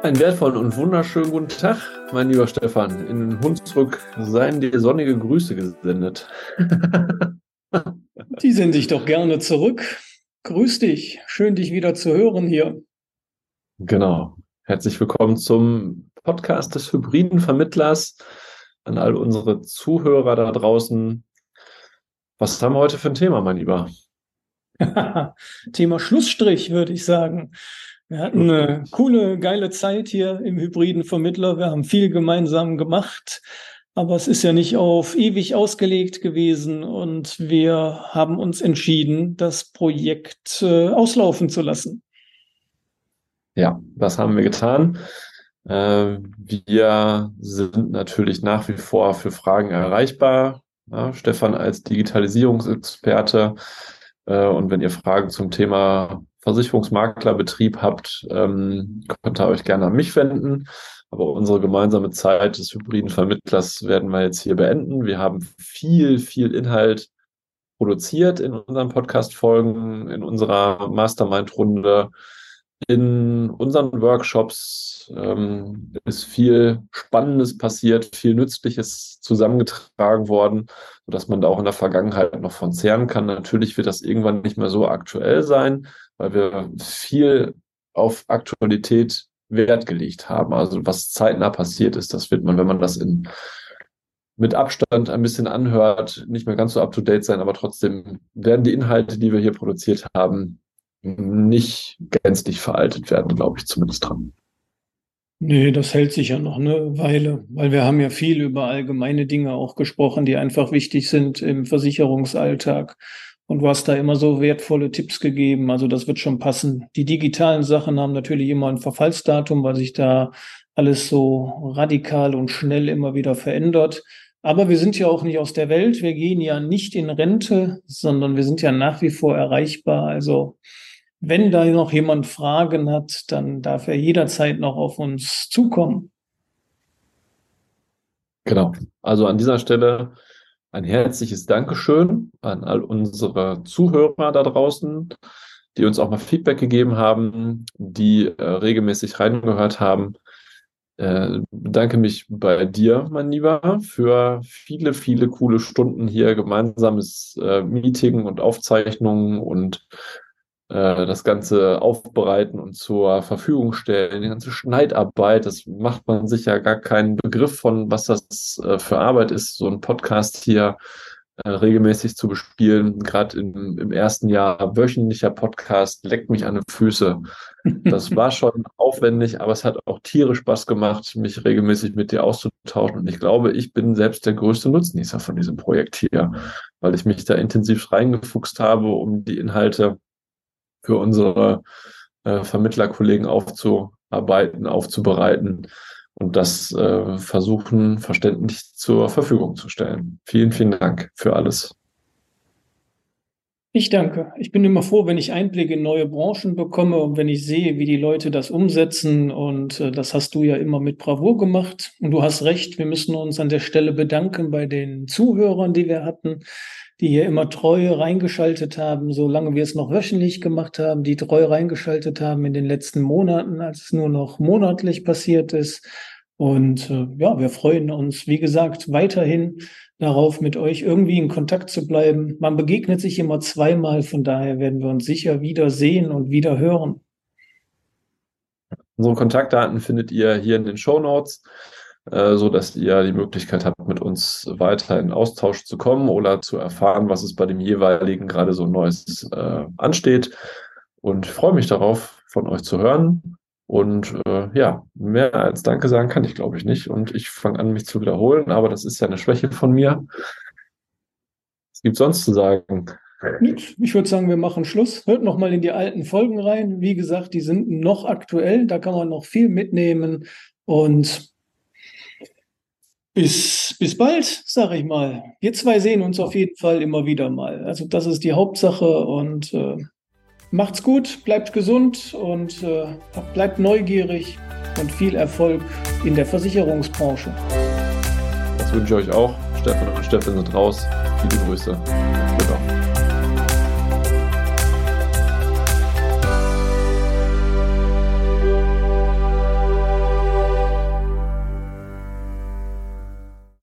Einen wertvollen und wunderschönen guten Tag, mein lieber Stefan. In Hunsrück seien dir sonnige Grüße gesendet. Die sende ich doch gerne zurück. Grüß dich, schön dich wieder zu hören hier. Genau. Herzlich willkommen zum Podcast des hybriden Vermittlers. An all unsere Zuhörer da draußen. Was haben wir heute für ein Thema, mein Lieber? Thema Schlussstrich, würde ich sagen. Wir hatten eine coole, geile Zeit hier im hybriden Vermittler. Wir haben viel gemeinsam gemacht, aber es ist ja nicht auf ewig ausgelegt gewesen und wir haben uns entschieden, das Projekt auslaufen zu Ja, was haben wir getan? Wir sind natürlich nach wie vor für Fragen erreichbar. Ja, Stefan als Digitalisierungsexperte. Und wenn ihr Fragen zum Thema Versicherungsmaklerbetrieb habt, könnt ihr euch gerne an mich wenden. Aber unsere gemeinsame Zeit des hybriden Vermittlers werden wir jetzt hier beenden. Wir haben viel Inhalt produziert in unseren Podcast-Folgen, in unserer Mastermind-Runde, in unseren Workshops ist viel Spannendes passiert, viel Nützliches zusammengetragen worden, sodass man da auch in der Vergangenheit noch von zehren kann. Natürlich wird das irgendwann nicht mehr so aktuell sein, weil wir viel auf Aktualität Wert gelegt haben. Also was zeitnah passiert ist, das wird man, wenn man das mit Abstand ein bisschen anhört, nicht mehr ganz so up-to-date sein, aber trotzdem werden die Inhalte, die wir hier produziert haben, nicht gänzlich veraltet werden, glaube ich zumindest dran. Nee, das hält sich ja noch eine Weile, weil wir haben ja viel über allgemeine Dinge auch gesprochen, die einfach wichtig sind im Versicherungsalltag. Und du hast da immer so wertvolle Tipps gegeben, also das wird schon passen. Die digitalen Sachen haben natürlich immer ein Verfallsdatum, weil sich da alles so radikal und schnell immer wieder verändert. Aber wir sind ja auch nicht aus der Welt, wir gehen ja nicht in Rente, sondern wir sind ja nach wie vor erreichbar. Also wenn da noch jemand Fragen hat, dann darf er jederzeit noch auf uns zukommen. Genau. Also an dieser Stelle ein herzliches Dankeschön an all unsere Zuhörer da draußen, die uns auch mal Feedback gegeben haben, die regelmäßig reingehört haben. Bedanke mich bei dir, mein Lieber, für viele coole Stunden hier, gemeinsames Meeting und Aufzeichnungen und das Ganze aufbereiten und zur Verfügung stellen, die ganze Schneidarbeit, das macht man sich ja gar keinen Begriff von, was das für Arbeit ist, so ein Podcast hier regelmäßig zu bespielen. Gerade im ersten Jahr wöchentlicher Podcast leckt mich an den Füße. Das war schon aufwendig, aber es hat auch tierisch Spaß gemacht, mich regelmäßig mit dir auszutauschen. Und ich glaube, ich bin selbst der größte Nutznießer von diesem Projekt hier, weil ich mich da intensiv reingefuchst habe, um die Inhalte für unsere Vermittlerkollegen aufzuarbeiten, aufzubereiten und das versuchen, verständlich zur Verfügung zu stellen. Vielen Dank für alles. Ich danke. Ich bin immer froh, wenn ich Einblicke in neue Branchen bekomme und wenn ich sehe, wie die Leute das umsetzen. Und das hast du ja immer mit Bravour gemacht. Und du hast recht, wir müssen uns an der Stelle bedanken bei den Zuhörern, die wir hatten, die hier immer treu reingeschaltet haben, solange wir es noch wöchentlich gemacht haben, die treu reingeschaltet haben in den letzten Monaten, als es nur noch monatlich passiert ist. Und ja, wir freuen uns, wie gesagt, weiterhin darauf, mit euch irgendwie in Kontakt zu bleiben. Man begegnet sich immer zweimal, von daher werden wir uns sicher wieder sehen und wieder hören. Unsere Kontaktdaten findet ihr hier in den Shownotes, so dass ihr die Möglichkeit habt, mit uns weiter in Austausch zu kommen oder zu erfahren, was es bei dem jeweiligen gerade so Neues ansteht. Und ich freue mich darauf, von euch zu hören. Und ja, mehr als Danke sagen kann ich, glaube ich, nicht. Und ich fange an, mich zu wiederholen, aber das ist ja eine Schwäche von mir. Was gibt es sonst zu sagen? Ich würde sagen, wir machen Schluss. Hört noch mal in die alten Folgen rein. Wie gesagt, die sind noch aktuell. Da kann man noch viel mitnehmen. Und bis bald, sage ich mal. Wir zwei sehen uns auf jeden Fall immer wieder mal. Also das ist die Hauptsache. Und macht's gut, bleibt gesund und bleibt neugierig und viel Erfolg in der Versicherungsbranche. Das wünsche ich euch auch. Stefan und Steffen sind raus. Viele Grüße.